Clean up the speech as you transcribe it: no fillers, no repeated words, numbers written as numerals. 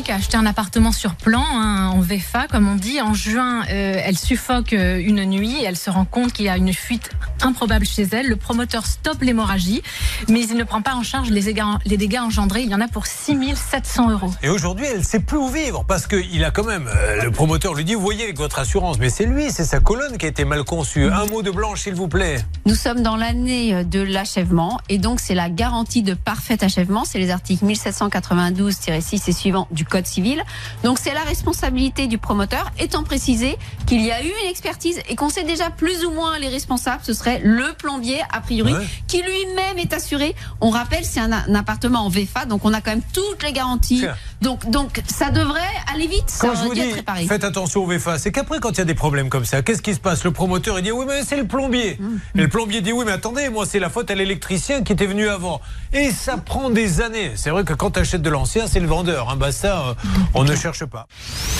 Véronique a acheté un appartement sur plan, en VFA, comme on dit. En juin, elle suffoque une nuit et elle se rend compte qu'il y a une fuite improbable chez elle. Le promoteur stoppe l'hémorragie, mais il ne prend pas en charge les dégâts engendrés. Il y en a pour 6 700 €. Et aujourd'hui, elle ne sait plus où vivre parce qu'il a quand même, le promoteur lui dit, vous voyez avec votre assurance, mais c'est lui, c'est sa colonne qui a été mal conçue. Un mot de Blanche, s'il vous plaît. Nous sommes dans l'année de l'achèvement et donc c'est la garantie de parfait achèvement. C'est les articles 1792-6 et suivants du Code civil. Donc c'est la responsabilité du promoteur, étant précisé qu'il y a eu une expertise et qu'on sait déjà plus ou moins les responsables. Ce serait le plombier, a priori, qui lui-même est assuré. On rappelle, c'est un appartement en VFA, donc on a quand même toutes les garanties. Donc ça devrait aller vite. Quand je vous dis, faites attention au VFA, c'est qu'après, quand il y a des problèmes comme ça, qu'est-ce qui se passe? Le promoteur, il dit, oui, mais c'est le plombier. Et le plombier dit, oui, mais attendez, moi, c'est la faute à l'électricien qui était venu avant. Et ça prend des années. C'est vrai que quand tu achètes de l'ancien, c'est le vendeur. Ça, on ne cherche pas.